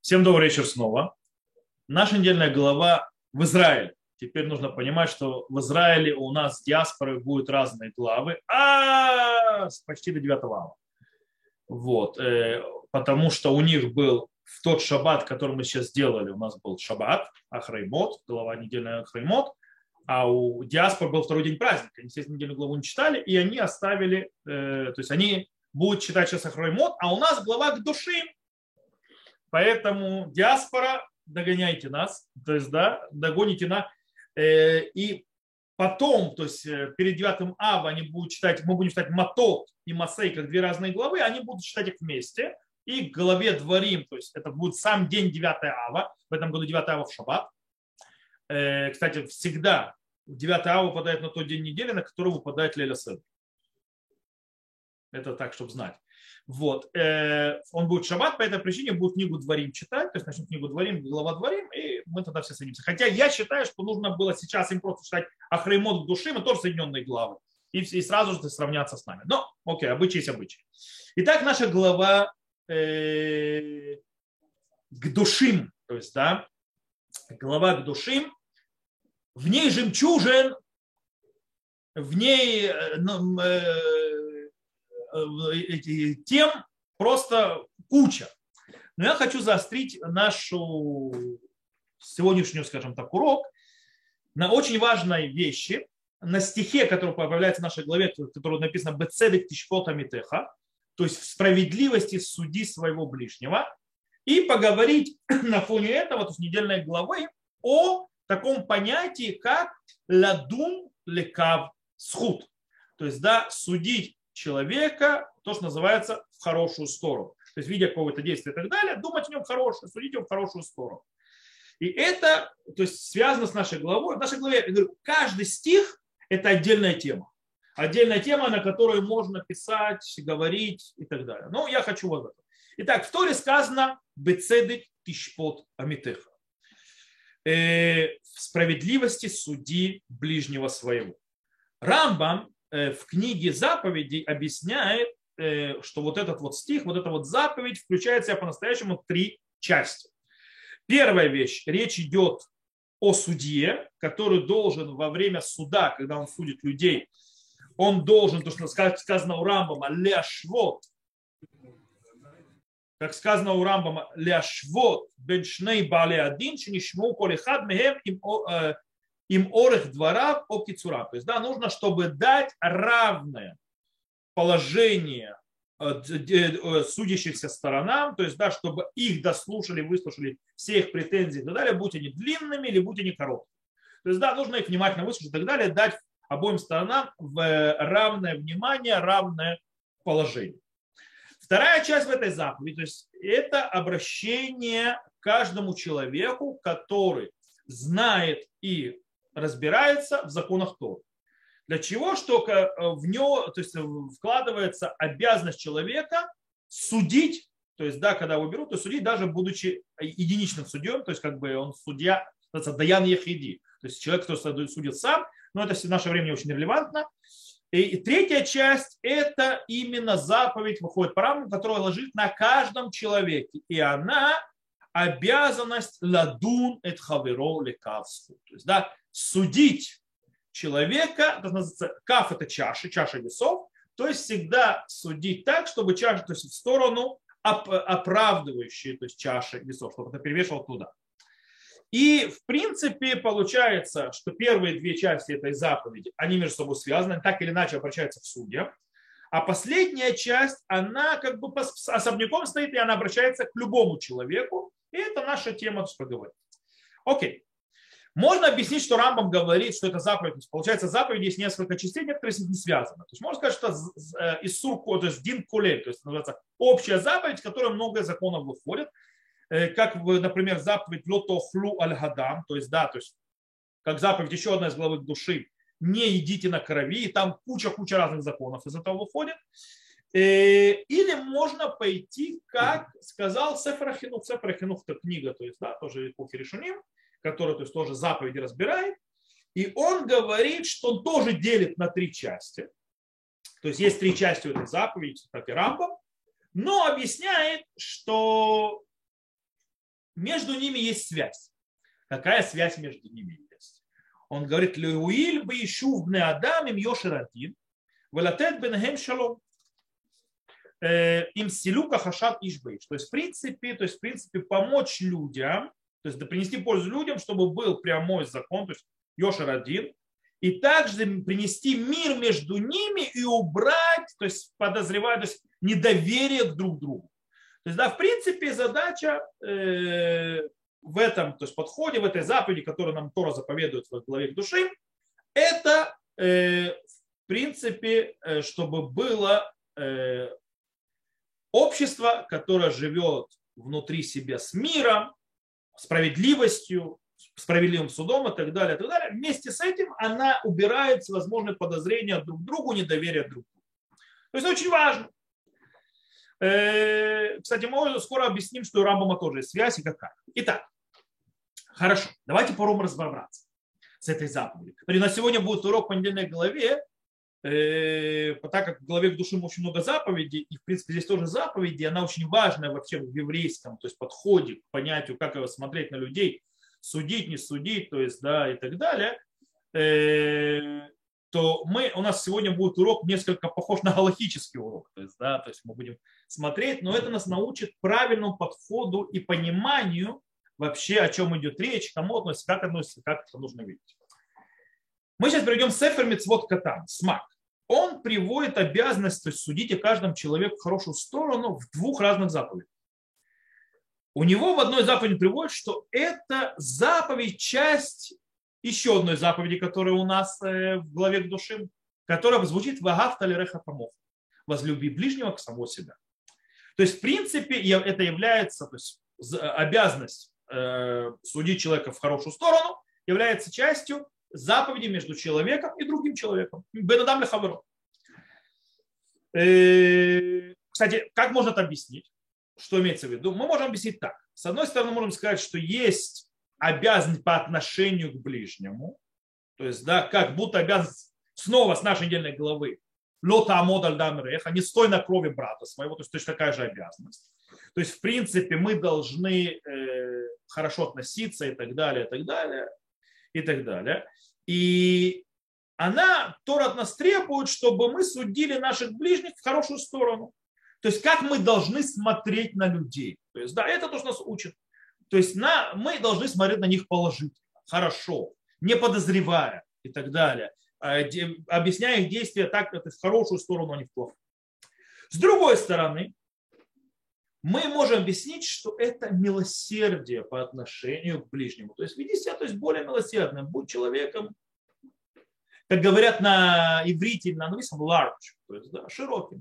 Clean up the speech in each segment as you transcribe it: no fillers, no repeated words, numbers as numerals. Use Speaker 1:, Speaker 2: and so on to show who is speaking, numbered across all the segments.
Speaker 1: Всем добрый вечер снова. Наша недельная глава в Израиле. Теперь нужно понимать, что в Израиле у нас с диаспорой будут разные главы, почти до 9 ава. Вот. Потому что у них был в тот шаббат, который мы сейчас сделали, у нас был шаббат, Ахраймот, глава недельная Ахраймот, а у диаспор был второй день праздника. Они, естественно, недельную главу не читали, и они оставили, то есть они будут читать сейчас Ахраймот, а у нас глава к душим. Поэтому диаспора, догоняйте нас, то есть, да, догоните нас. И потом, то есть перед 9 ава они будут читать, мы будем читать Матот и Масей как две разные главы, они будут читать их вместе. И к главе Дворим, то есть это будет сам день 9 ава, в этом году 9 ава в шаббат. Кстати, всегда 9 ава выпадает на тот день недели, на который выпадает Лейля Седер. Это так, чтобы знать. Вот. Он будет в шаббат, по этой причине будет книгу Дворим читать, то есть начнем книгу Дворим, глава Дворим, и мы тогда все соединимся. Хотя я считаю, что нужно было сейчас им просто читать Ахраймот к душим, и тоже соединенные главы, и сразу же сравняться с нами. Но, окей, обычай есть обычай. Итак, наша глава к душим, то есть, да, глава к душим, в ней жемчужин, в ней тем просто куча. Но я хочу заострить нашу сегодняшнюю, скажем так, урок на очень важной вещи, на стихе, который появляется в нашей главе, который написано «Бецедек тишпот амитеха», то есть в справедливости суди своего ближнего, и поговорить на фоне этого, то есть недельной главы, о таком понятии, как ладун лекав схуд. То есть, да, судить человека, то, что называется, в хорошую сторону. То есть, видя какое-то действие и так далее, думать о нем хорошее, судить его в хорошую сторону. И это, то есть, связано с нашей главой. В нашей главе, я говорю, каждый стих – это отдельная тема. Отдельная тема, на которую можно писать, говорить и так далее. Но я хочу вот это. Итак, в Торе сказано «Бецедек тишпот амитеха». В справедливости суди ближнего своего. Рамбам в книге заповедей объясняет, что вот этот вот стих, вот эта вот заповедь включает в себя по-настоящему три части. Первая вещь, речь идет о судье, который должен во время суда, когда он судит людей, он должен, то, что сказано у Рамбама, ляшвот, как сказано у Рамбама, ляшвот беншней бале один, шинишму колихад мехем им орех двора о кицура. То есть, да, нужно, чтобы дать равное положение судящихся сторонам, то есть, да, чтобы их дослушали, выслушали все их претензии и так далее, будь они длинными или будь они короткими. То есть, да, нужно их внимательно выслушать и так далее, дать обоим сторонам равное внимание, равное положение. Вторая часть в этой заповеди, то есть, это обращение к каждому человеку, который знает и разбирается в законах Торы. Для чего? Что в него, то есть вкладывается обязанность человека судить, то есть, да, когда его берут, то судить даже будучи единичным судьем, то есть как бы он судья, даян яхиди, то есть человек, кто судит сам, но это в наше время очень релевантно. И третья часть – это именно заповедь, выходит по Рамбаму, которая лежит на каждом человеке, и она обязанность ладун эт хаверо лекавсу. То есть, да, судить человека, это называется каф, это чаша весов, то есть всегда судить так, чтобы чаша, то есть в сторону оправдывающей, то есть чаши весов, чтобы это перевешивало туда. И в принципе получается, что первые две части этой заповеди, они между собой связаны, так или иначе обращаются к судьям. А последняя часть, она как бы особняком стоит, и она обращается к любому человеку. И это наша тема, что говорить. Окей. Можно объяснить, что Рамбам говорит, что это заповедь. То есть, получается, заповедь есть несколько частей, некоторые с ним не связаны. То есть можно сказать, что Иссур, то есть Дин Кулель, то есть называется общая заповедь, в которой много законов выходит. Как, например, заповедь Лотохлу аль-Хадам, то есть, да, то есть, как заповедь, еще одна из главы души, не едите на крови, и там куча разных законов из этого выходит. Или можно пойти, как сказал Сефер Ахинух. Сефер Ахинух – это книга, то есть, да, тоже эпохи Решуним, который, то есть, тоже заповеди разбирает. И он говорит, что он тоже делит на три части. То есть есть три части у этой заповеди, как и Рамбам, но объясняет, что между ними есть связь. Какая связь между ними есть? Он говорит, «Леуиль бы ищу в бне Адам им йошер один, велатет бенехем шалом». Им силука хашат ишбейш. То есть, в принципе, помочь людям, то есть принести пользу людям, чтобы был прямой закон, то есть йошер один, и также принести мир между ними и убрать, то есть подозревать, то есть недоверие к друг другу. То есть, да, в принципе, задача в этом, то есть подходе, в этой заповеди, которую нам Тора заповедует в главе к души, это, в принципе, чтобы было общество, которое живет внутри себя с миром, справедливостью, справедливым судом и так далее, и так далее. Вместе с этим она убирает всевозможные подозрения друг к другу, недоверие друг к другу. То есть очень важно. Кстати, мы скоро объясним, что у Рамбама тоже есть связь и какая. Итак, хорошо, давайте попробуем разобраться с этой заповедью. У нас сегодня будет урок по недельной главе, так как в главе к душе очень много заповедей, и в принципе здесь тоже заповеди, она очень важная вообще в еврейском, то есть подходе к понятию, как его смотреть на людей, судить, не судить, то есть, да, и так далее, то у нас сегодня будет урок несколько похож на галахический урок, то есть, да, то есть мы будем смотреть, но это нас научит правильному подходу и пониманию вообще, о чем идет речь, к кому относится, как это нужно видеть. Мы сейчас перейдем с Сефер Мицвот Катан, Смак. Он приводит обязанность, то есть судить о каждом человеке в хорошую сторону в двух разных заповедях. У него в одной заповеди приводит, что это заповедь, часть еще одной заповеди, которая у нас в главе к душе, которая звучит «Вагав талереха тамох» – «Возлюби ближнего к самому себя». То есть, в принципе, это является, то есть, обязанность судить человека в хорошую сторону, является частью заповеди между человеком и другим человеком. Бен Адам ле хаверо. Кстати, как можно это объяснить? Что имеется в виду? Мы можем объяснить так. С одной стороны, можем сказать, что есть обязанность по отношению к ближнему. То есть, да, как будто обязанность снова с нашей недельной главы. Лота амод аль дам реха, не стой на крови брата своего. То есть, точно такая же обязанность. То есть, в принципе, мы должны хорошо относиться и так далее, и так далее, и так далее. И Тора от нас требует, чтобы мы судили наших ближних в хорошую сторону. То есть, как мы должны смотреть на людей. То есть, да, это то, что нас учат. То есть, мы должны смотреть на них положительно, хорошо, не подозревая и так далее, объясняя их действия так, как в хорошую сторону, а не в плохую. С другой стороны, мы можем объяснить, что это милосердие по отношению к ближнему. То есть, веди себя, то есть, более милосердным, будь человеком, как говорят на иврите, на английском, large, то есть, да, широким.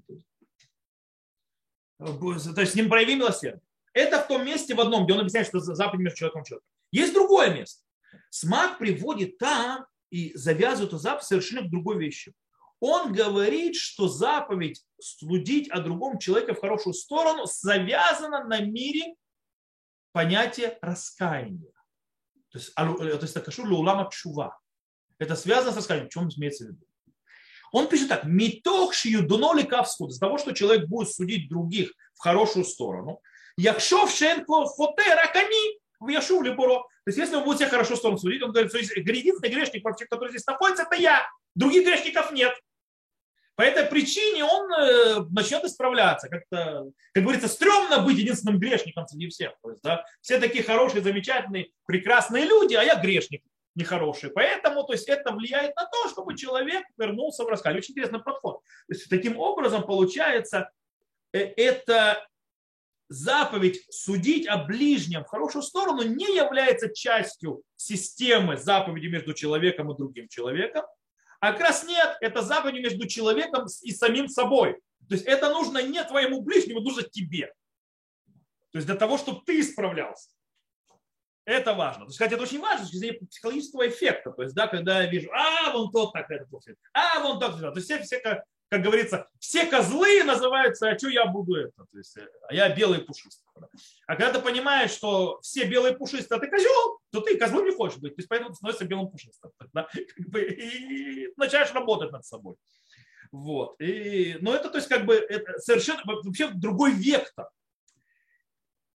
Speaker 1: То есть, с ним прояви милосердие. Это в том месте в одном, где он объясняет, что заповедь между человеком и человеком. Есть другое место. Смак приводит там и завязывает эту заповедь совершенно к другой вещи. Он говорит, что заповедь судить о другом человеке в хорошую сторону завязана на мире понятие раскаяния. То есть это кашур леулама тшува. Это связано с раскаянием. В чем имеется в виду? Он пишет так. Митох шиюдуно лекавсхуд. Из того, что человек будет судить других в хорошую сторону. Якшов шенко фоте ракани в яшув либоро. То есть, если он будет себя хорошо сторону судить, он говорит, что единственный грешник, который здесь находится, это я. Других грешников нет. По этой причине он начнет исправляться. Как-то, как говорится, стрёмно быть единственным грешником среди всех. То есть, да, все такие хорошие, замечательные, прекрасные люди, а я грешник нехороший. Поэтому то есть, это влияет на то, чтобы человек вернулся в раскаяние. Очень интересный подход. То есть, таким образом, получается, это заповедь судить о ближнем в хорошую сторону не является частью системы заповеди между человеком и другим человеком. А как раз нет, это заповедь между человеком и самим собой. То есть это нужно не твоему ближнему, нужно тебе. То есть для того, чтобы ты исправлялся. Это важно. То есть, кстати, это очень важно с точки зрения психологического эффекта. То есть, да, когда я вижу, вон тот так это плохо, вон так. То есть все как говорится, все козлы называются, а что я буду это? То есть, а я белый пушистый. А когда ты понимаешь, что все белые пушистые, а ты козел, то ты козлом не хочешь быть. То есть поэтому ты становишься белым пушистым. Да? И начинаешь работать над собой. Вот. Но это, то есть, как бы, это совершенно вообще другой вектор.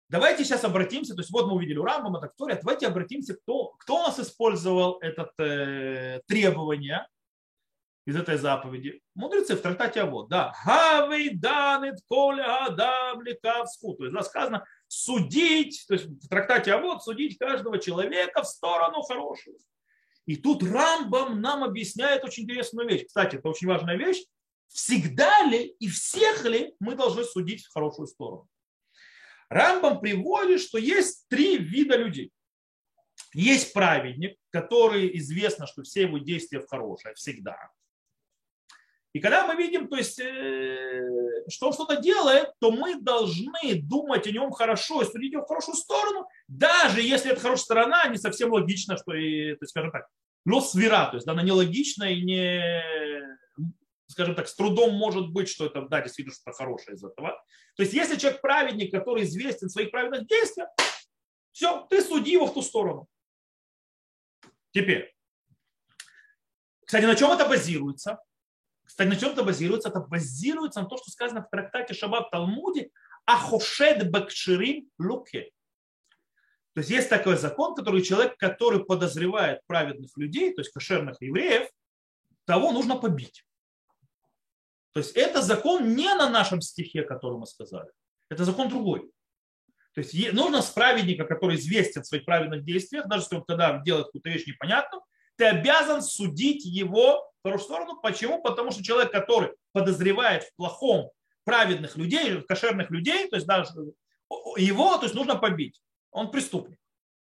Speaker 1: Давайте сейчас обратимся, то есть вот мы увидели у Рамбама, так Торе, давайте обратимся, кто у нас использовал это требование из этой заповеди. Мудрецы в трактате Авот, да. Хавей данет коля адам лекавску. То есть сказано судить, то есть в трактате Авот судить каждого человека в сторону хорошего. И тут Рамбам нам объясняет очень интересную вещь. Кстати, это очень важная вещь. Всегда ли и всех ли мы должны судить в хорошую сторону? Рамбам приводит, что есть три вида людей. Есть праведник, который известно, что все его действия в хорошее всегда. И когда мы видим, то есть, что он что-то делает, то мы должны думать о нем хорошо и судить его в хорошую сторону, даже если эта хорошая сторона не совсем логична, что, то есть, скажем так, свера, то есть она нелогична и не, скажем так, с трудом может быть, что это, да, действительно что-то хорошее из этого. То есть если человек праведник, который известен в своих праведных действиях, все, ты суди его в ту сторону. Теперь, кстати, на чем это базируется? Кстати, на чем это базируется? Это базируется на том, что сказано в трактате Шаббат Талмуде «Ахошед бакширим луке». То есть есть такой закон, который человек, который подозревает праведных людей, то есть кошерных евреев, того нужно побить. То есть это закон не на нашем стихе, который мы сказали. Это закон другой. То есть нужно с праведника, который известен в своих праведных действиях, даже если он когда делает какую-то вещь непонятную, ты обязан судить его в хорошую сторону. Почему? Потому что человек, который подозревает в плохом праведных людей, кошерных людей, то есть даже его, то есть нужно побить. Он преступник.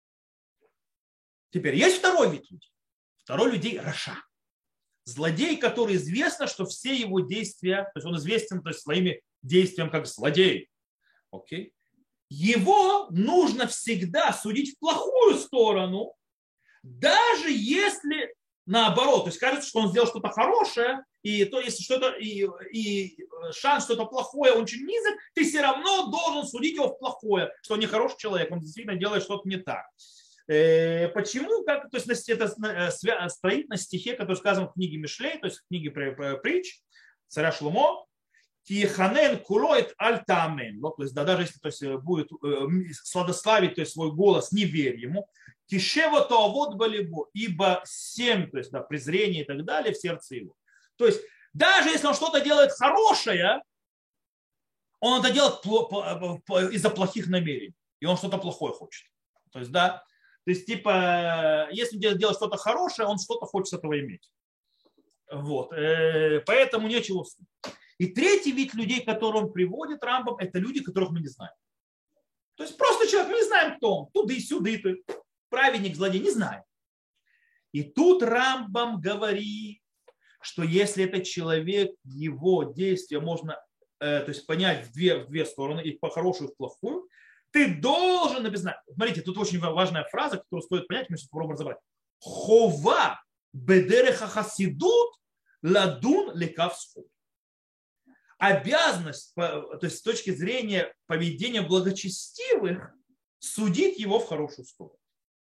Speaker 1: Теперь есть второй вид людей. Второй людей раша. Злодей, который известно, что все его действия, то есть он известен, то есть своими действиями как злодей. Окей? Его нужно всегда судить в плохую сторону, даже если наоборот, то есть кажется, что он сделал что-то хорошее, и то если что-то и шанс, что это плохое, он очень низок, ты все равно должен судить его в плохое, что он не хороший человек, он действительно делает что-то не так. Почему? Как, то есть это стоит на стихе, который сказан в книге Мишлей, то есть в книге притч царя Шломо, Тиханен кулоет альтамен. То есть, да, даже если то есть, будет сладославить то есть, свой голос, не верь ему. Тишево то вот болебо, ибо 7, то есть да, презрение и так далее в сердце его. То есть даже если он что-то делает хорошее, он это делает из-за плохих намерений. И он что-то плохое хочет. То есть, да, то есть, типа, если он делает что-то хорошее, он что-то хочет с этого иметь. Вот. Поэтому нечего судить. И третий вид людей, который он приводит, Рамбам, это люди, которых мы не знаем. То есть просто человек, мы не знаем, кто он. Туды-сюды, праведник, злодей, не знаем. И тут Рамбам говорит, что если этот человек, его действия можно то есть понять в две стороны, и по хорошую, и в плохую, ты должен обязательно... Смотрите, тут очень важная фраза, которую стоит понять, мы сейчас попробуем разобрать. Хова бедереха хасидут ладун лекавсху. Обязанность, то есть с точки зрения поведения благочестивых, судить его в хорошую сторону.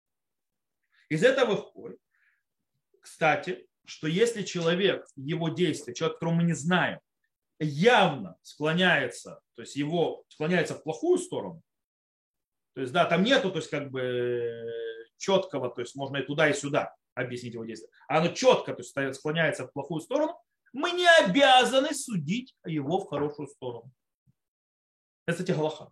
Speaker 1: Из этого выходит, кстати, что если человек, его действия, человек, которого мы не знаем, явно склоняется, то есть его склоняется в плохую сторону, то есть да, там нету, то есть как бы четкого, то есть можно и туда, и сюда объяснить его действия, а оно четко, то есть склоняется в плохую сторону, мы не обязаны судить его в хорошую сторону. Это, кстати, галаха.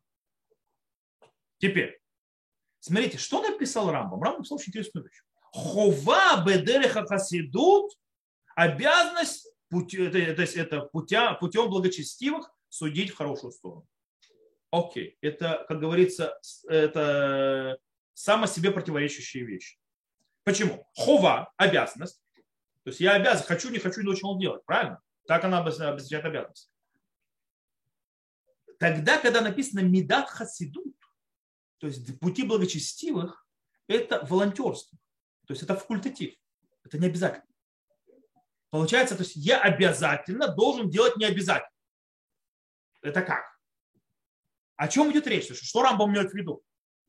Speaker 1: Теперь, смотрите, что написал Рамбам. Рамбам написал очень интересную вещь. Хова бедереха хасидут, обязанность путем благочестивых судить в хорошую сторону. Окей, это, как говорится, это само себе противоречащие вещи. Почему? Хова, обязанность. То есть я обязан, хочу, не хочу, не должен делать. Правильно? Так она обозначает обязанность. Тогда, когда написано «медат хасидут», то есть пути благочестивых, это волонтерство. То есть это факультатив. Это не обязательно. Получается, то есть я обязательно должен делать не обязательно. Это как? О чем идет речь? Что Рамбам имеет в виду?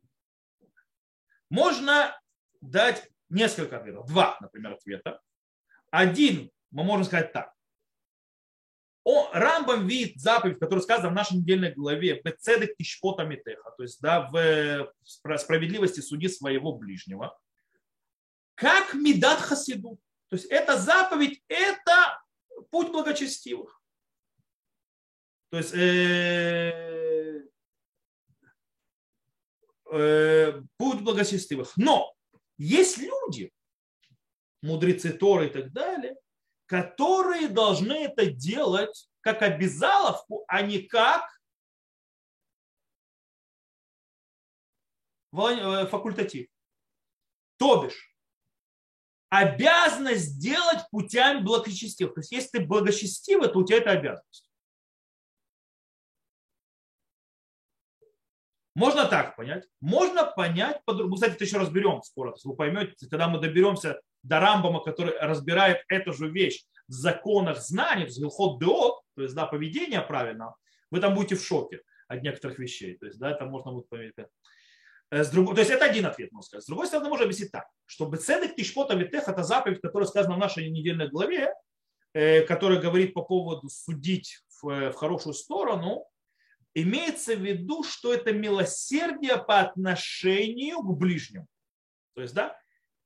Speaker 1: Можно дать несколько ответов. Два, например, ответа. Один, мы можем сказать так. Рамбам видит заповедь, которая сказана в нашей недельной главе, «Бецедек тишпота митеха», то есть да, в справедливости суди своего ближнего, как мидат хасиду. То есть эта заповедь, это путь благочестивых. То есть путь благочестивых. Но есть люди, мудрецы Торы и так далее, которые должны это делать как обязаловку, а не как факультатив. То бишь, обязанность делать путями благочестивых. То есть, если ты благочестивый, то у тебя это обязанность. Можно так понять. Можно понять по-другому. Кстати, это еще разберем скоро. Вы поймете, когда мы доберемся до Рамбама, который разбирает эту же вещь в законах знаний, то есть Гилхот Деот, то есть да, поведение правильно, вы там будете в шоке от некоторых вещей. То есть, да, это можно будет понять. То есть это один ответ, можно сказать. С другой стороны, можно объяснить так, что бецедек тишпота витех — это заповедь, которая сказана в нашей недельной главе, которая говорит по поводу судить в хорошую сторону. Имеется в виду, что это милосердие по отношению к ближнему. То есть, да,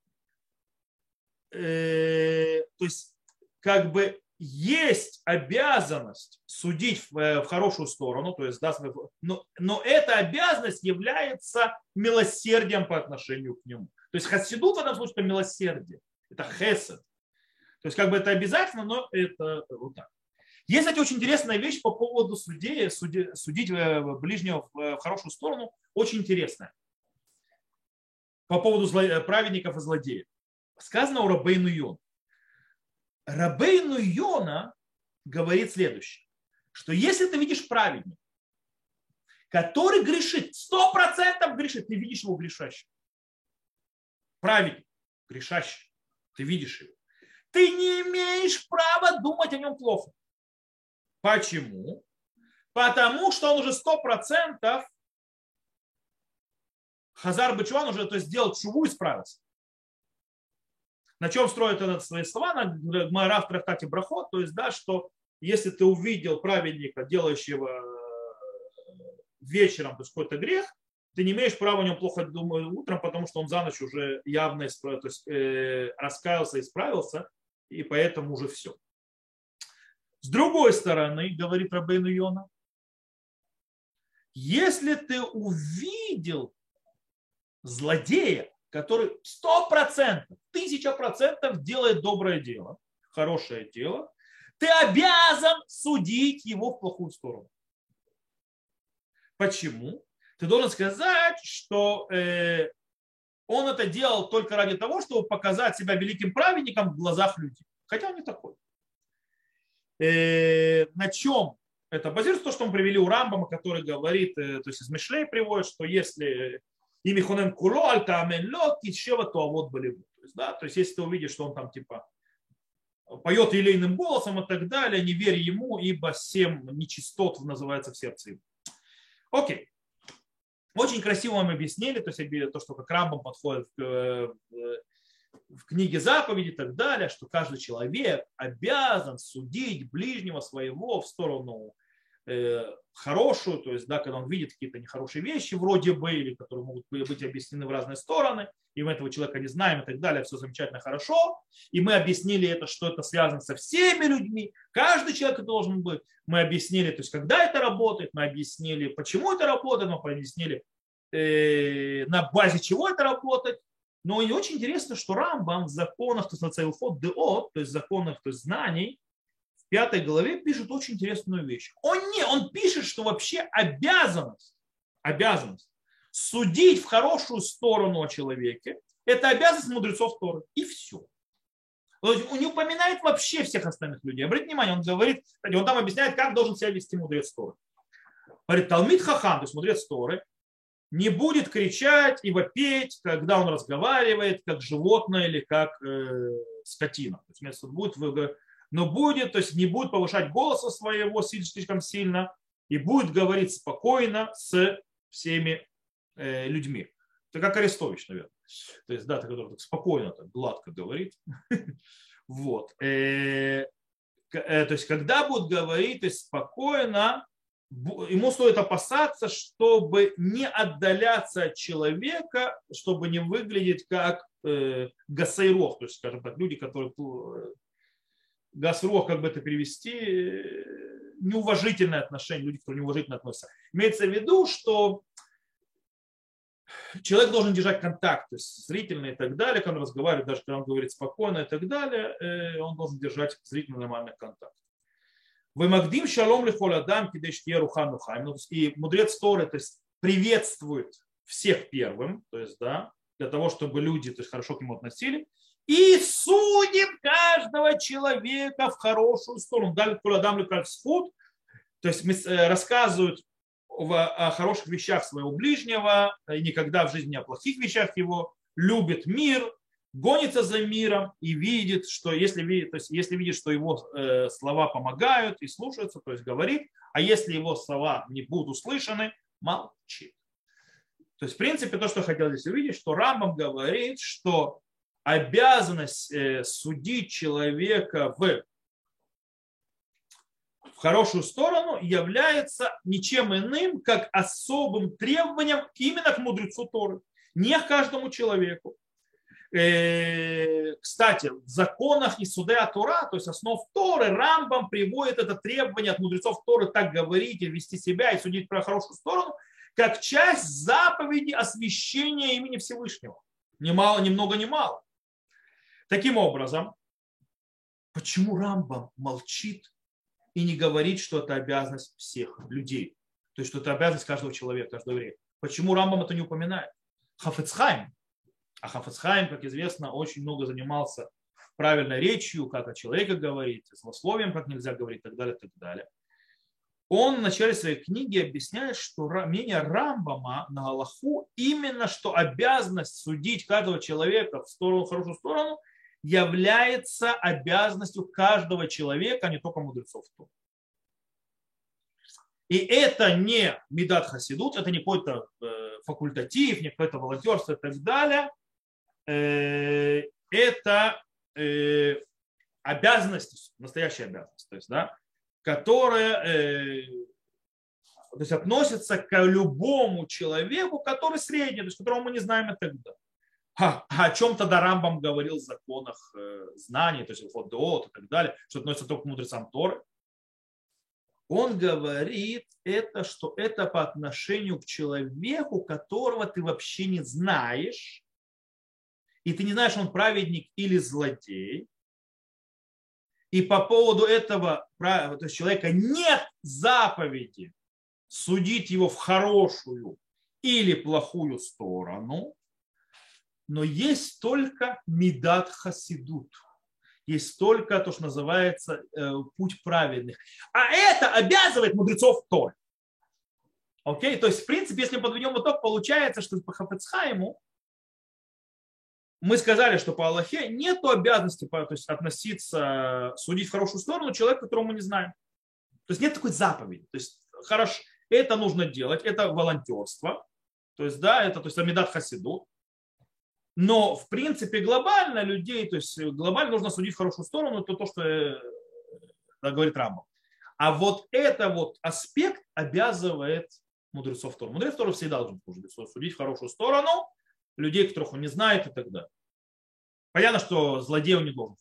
Speaker 1: то есть, как бы есть обязанность судить в хорошую сторону, то есть, да, но эта обязанность является милосердием по отношению к нему. То есть хасидут в этом случае это милосердие, это хесед. То есть, как бы это обязательно, но это вот так. Есть, кстати, очень интересная вещь по поводу судить ближнего в хорошую сторону. Очень интересная. По поводу праведников и злодеев. Сказано у Рабейну Йона. Рабейну Йона говорит следующее. Что если ты видишь праведника, который грешит, 100% грешит, ты видишь его грешащим. Праведник, грешащий, ты видишь его. Ты не имеешь права думать о нем плохо. Почему? Потому что он уже 100% Хазар Бачуан уже то есть, сделал чуву и справился. На чем строят это свои слова? На Гмара в трактате Брахот, то есть, да, что если ты увидел праведника, делающего вечером то есть, какой-то грех, ты не имеешь права о нем плохо думать утром, потому что он за ночь уже явно то есть, раскаялся и исправился, и поэтому уже все. С другой стороны, говорит Рабейну Йона, если ты увидел злодея, который 100%, 1000% делает доброе дело, хорошее дело, ты обязан судить его в плохую сторону. Почему? Ты должен сказать, что он это делал только ради того, чтобы показать себя великим праведником в глазах людей. Хотя он не такой. На чем это базируется? То, что мы привели у Рамбама, который говорит, то есть из Мишлей приводит, что если имихонен куло альтамен ло кишева то вот были. То есть если ты увидишь, что он там типа поет елейным голосом и так далее, не верь ему, ибо 7 нечистот называется в сердце его. Окей. Очень красиво вам объяснили, то есть то, что как Рамбам подходит в книге заповеди и так далее, что каждый человек обязан судить ближнего своего в сторону хорошую, то есть, да, когда он видит какие-то нехорошие вещи вроде бы, или которые могут быть объяснены в разные стороны, и мы этого человека не знаем и так далее, все замечательно, хорошо, и мы объяснили это, что это связано со всеми людьми, каждый человек должен быть, мы объяснили, то есть, когда это работает, мы объяснили, почему это работает, мы объяснили, на базе чего это работает. Но и очень интересно, что Рамбам в законах, то есть Хилхот Деот, то есть законах, то есть знаний, в 5 главе пишет очень интересную вещь. Он пишет, что вообще обязанность судить в хорошую сторону о человеке, это обязанность мудрецов Торы. И все. Он не упоминает вообще всех остальных людей. Обратите внимание, он говорит, он там объясняет, как должен себя вести мудрец Торы. Говорит, Талмид Хахам, то есть мудрец Торы, не будет кричать и вопеть, когда он разговаривает, как животное или как скотина. То есть, но будет, то есть не будет повышать голоса своего слишком сильно и будет говорить спокойно с всеми людьми. Это как Арестович, наверное. То есть, да, который так спокойно, так гладко говорит. Вот. То есть, когда будут говорить, то есть спокойно, ему стоит опасаться, чтобы не отдаляться от человека, чтобы не выглядеть как гасайрох, то есть, скажем так, люди, которые гасрох, как бы это перевести, неуважительное отношение, люди, которые неуважительно относятся. Имеется в виду, что человек должен держать контакт, то есть зрительный и так далее, когда он разговаривает, даже когда он говорит спокойно и так далее, он должен держать зрительный нормальный контакт. Вы магдим шалом лихол адам кидеш рухан нухайм. И мудрец Торы, то есть приветствует всех первым, то есть да, для того, чтобы люди, то есть, хорошо к нему относились, и судит каждого человека в хорошую сторону. Далит кул адам лихол схуд, то есть рассказывают о хороших вещах своего ближнего, и никогда в жизни о плохих вещах его, любит мир, гонится за миром и видит, что если видит, что его слова помогают и слушаются, то есть говорит, а если его слова не будут услышаны, молчит. То есть, в принципе, то, что хотел здесь увидеть, что Рамбам говорит, что обязанность судить человека в хорошую сторону является ничем иным, как особым требованием именно к мудрецу Торы, не к каждому человеку. Кстати, в законах и суде Тора, то есть основ Торы, Рамбам приводит это требование от мудрецов Торы так говорить и вести себя и судить про хорошую сторону, как часть заповеди освящения имени Всевышнего. Ни много, ни мало. Таким образом, почему Рамбам молчит и не говорит, что это обязанность всех людей, то есть что это обязанность каждого человека, каждого еврея? Почему Рамбам это не упоминает? Хафец Хаим. А Хафец Хаим, как известно, очень много занимался правильной речью, как о человеке говорить, злословием, как нельзя говорить, и так далее, и так далее. Он в начале своей книги объясняет, что мнение Рамбама на Галаху именно, что обязанность судить каждого человека в хорошую сторону является обязанностью каждого человека, а не только мудрецов. И это не медат хасидут, это не какой-то факультатив, не какое-то волонтерство и так далее. Это обязанность, настоящая обязанность, то есть, да, которая то есть, относится к любому человеку, который средний, то есть, которого мы не знаем и так далее. О чем тогда Рамбам говорил в законах знаний, то есть Ходот и так далее, что относится только к мудрецам Торы. Он говорит, что это по отношению к человеку, которого ты вообще не знаешь, и ты не знаешь, он праведник или злодей. И по поводу этого то есть человека нет заповеди судить его в хорошую или плохую сторону, но есть только медат хасидут. Есть только то, что называется путь праведных. А это обязывает мудрецов Торы. Окей? То есть, в принципе, если мы подведем итог, получается, что по Хафец Хаиму мы сказали, что по Аллахе нет обязанности то есть, относиться, судить в хорошую сторону человека, которого мы не знаем. То есть нет такой заповеди. То есть, хорошо, это нужно делать, это волонтерство. То есть, да, это то есть, амидат хасиду. Но, в принципе, глобально людей, то есть глобально нужно судить в хорошую сторону, то, что говорит Рамбам. А вот это вот аспект обязывает мудрецов Торы. Мудрец Торы всегда должен судить в хорошую сторону людей, которых он не знает и так далее. Понятно, что злодей он не должен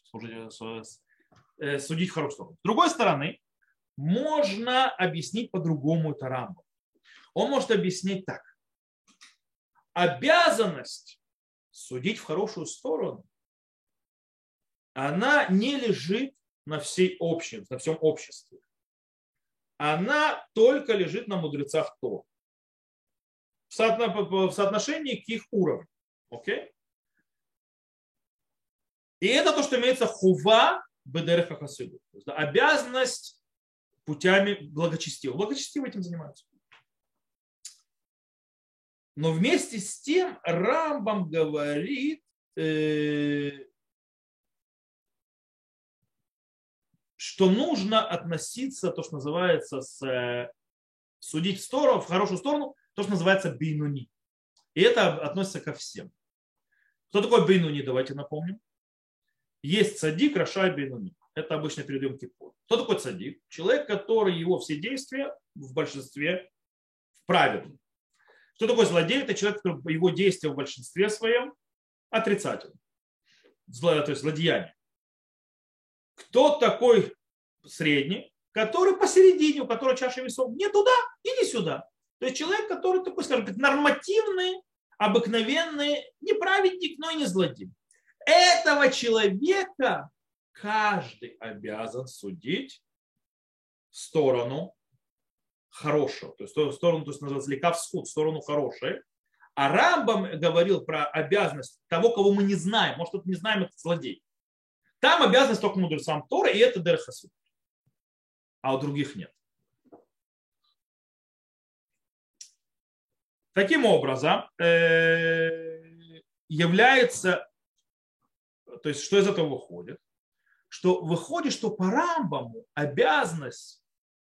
Speaker 1: судить в хорошую сторону. С другой стороны, можно объяснить по-другому это Рамбам. Он может объяснить так. Обязанность судить в хорошую сторону, она не лежит на всей обществе, на всем обществе. Она только лежит на мудрецах Торы. В соотношении к их уровню. Окей? И это то, что имеется хува бедереха хасиду. Обязанность путями благочестивых. Благочестивые этим занимаются. Но вместе с тем Рамбам говорит, что нужно относиться, то, что называется, судить в хорошую сторону, то, что называется бейнуни. И это относится ко всем. Кто такой бейнуни, давайте напомним. Есть цадик, раша и бейнуни. Это обычно перед Йом Кипуром. Кто такой цадик? Человек, который его все действия в большинстве праведны. Что такое злодей? Это человек, который его действия в большинстве своем отрицательны. То есть злодеяние. Кто такой средний? Который посередине, у которого чаша весов не туда и не сюда. То есть человек, который такой, скажем так, нормативный, обыкновенный, не праведник, но и не злодей. Этого человека каждый обязан судить в сторону хорошего. То есть в сторону, то есть называется лекавсхуд, в сторону хорошей. А Рамбам говорил про обязанность того, кого мы не знаем. Может, кто-то не знаем, это злодей. Там обязанность только мудрецам Торы, и это Дерех ха-Суд. А у других нет. Таким образом, является, то есть что из этого выходит? Что выходит, что по Рамбаму обязанность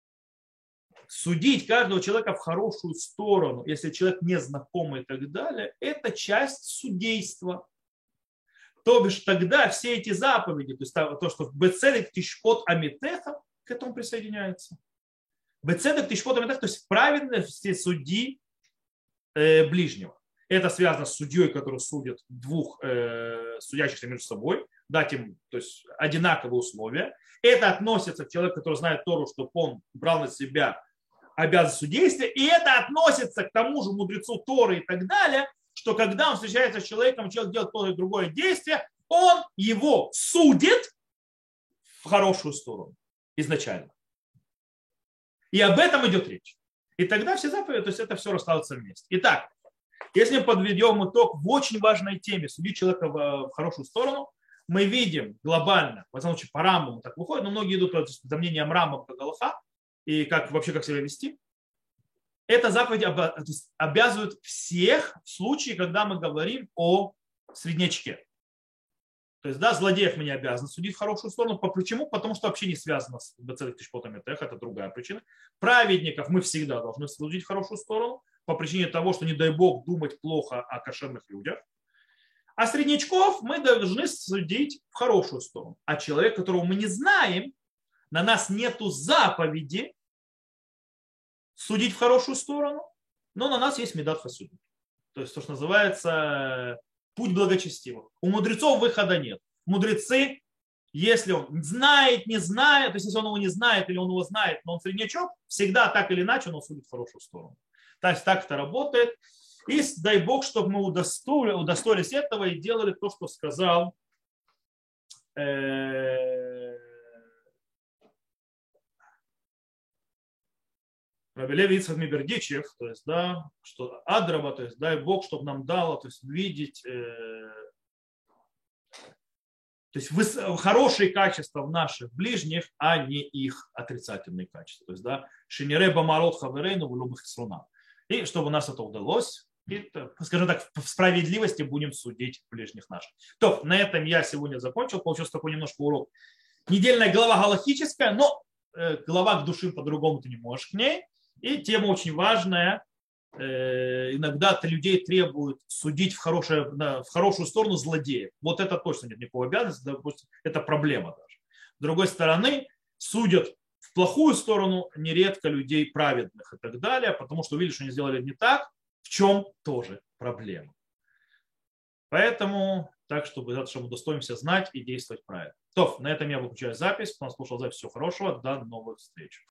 Speaker 1: судить каждого человека в хорошую сторону, если человек незнакомый и так далее, это часть судейства. То бишь тогда все эти заповеди, то есть то, что бецедек тишпот амитеха, к этому присоединяется. Бецедек тишпот амитеха, то есть праведности суди ближнего. Это связано с судьей, который судит двух судящихся между собой, дать им, то есть, одинаковые условия. Это относится к человеку, который знает Тору, чтобы он брал на себя обязанность судействия. И это относится к тому же мудрецу Торы и так далее, что когда он встречается с человеком, человек делает то или другое действие, он его судит в хорошую сторону изначально. И об этом идет речь. И тогда все заповеди, то есть это все расставится вместе. Итак, если мы подведем итог в очень важной теме судить человека в хорошую сторону, мы видим глобально, в этом случае по Рамбаму так выходит, но многие идут за мнением Рамбама как галаха и как вообще как себя вести. Эта заповедь обязывает всех в случае, когда мы говорим о среднячке. То есть, да, злодеев мы не обязаны судить в хорошую сторону. Почему? Потому что вообще не связано с бецедек тишпот амитеха, это другая причина. Праведников мы всегда должны судить в хорошую сторону по причине того, что, не дай бог, думать плохо о кошерных людях. А среднячков мы должны судить в хорошую сторону. А человек, которого мы не знаем, на нас нету заповеди судить в хорошую сторону, но на нас есть медат ха-судим. То есть то, что называется путь благочестивых. У мудрецов выхода нет. Мудрецы, если он знает, не знает, то есть если он его не знает или он его знает, но он среднячок, всегда так или иначе он судит в хорошую сторону. То есть так это работает. И дай Бог, чтобы мы удостоились этого и делали то, что сказал Раби Леви Ицхак Мибердичев, то есть, да, что Адраба, то есть, дай Бог, чтобы нам дало, то есть, видеть, то есть, хорошие качества в наших ближних, а не их отрицательные качества. То есть, да, Шинереба Марот Хаверейну в любых слунах. И чтобы у нас это удалось, и, скажем так, в справедливости будем судить ближних наших. То, на этом я сегодня закончил. Получился такой немножко урок. Недельная глава галахическая, но глава к душим по-другому ты не можешь к ней. И тема очень важная. Иногда от людей требуют судить в хорошую сторону злодеев. Вот это точно нет никакой обязанности. Это проблема даже. С другой стороны, судят в плохую сторону нередко людей праведных и так далее, потому что увидели, что они сделали не так, в чем тоже проблема. Поэтому так, чтобы мы удостоимся знать и действовать правильно. То, на этом я выключаю запись. Кто слушал запись, всего хорошего. До новых встреч.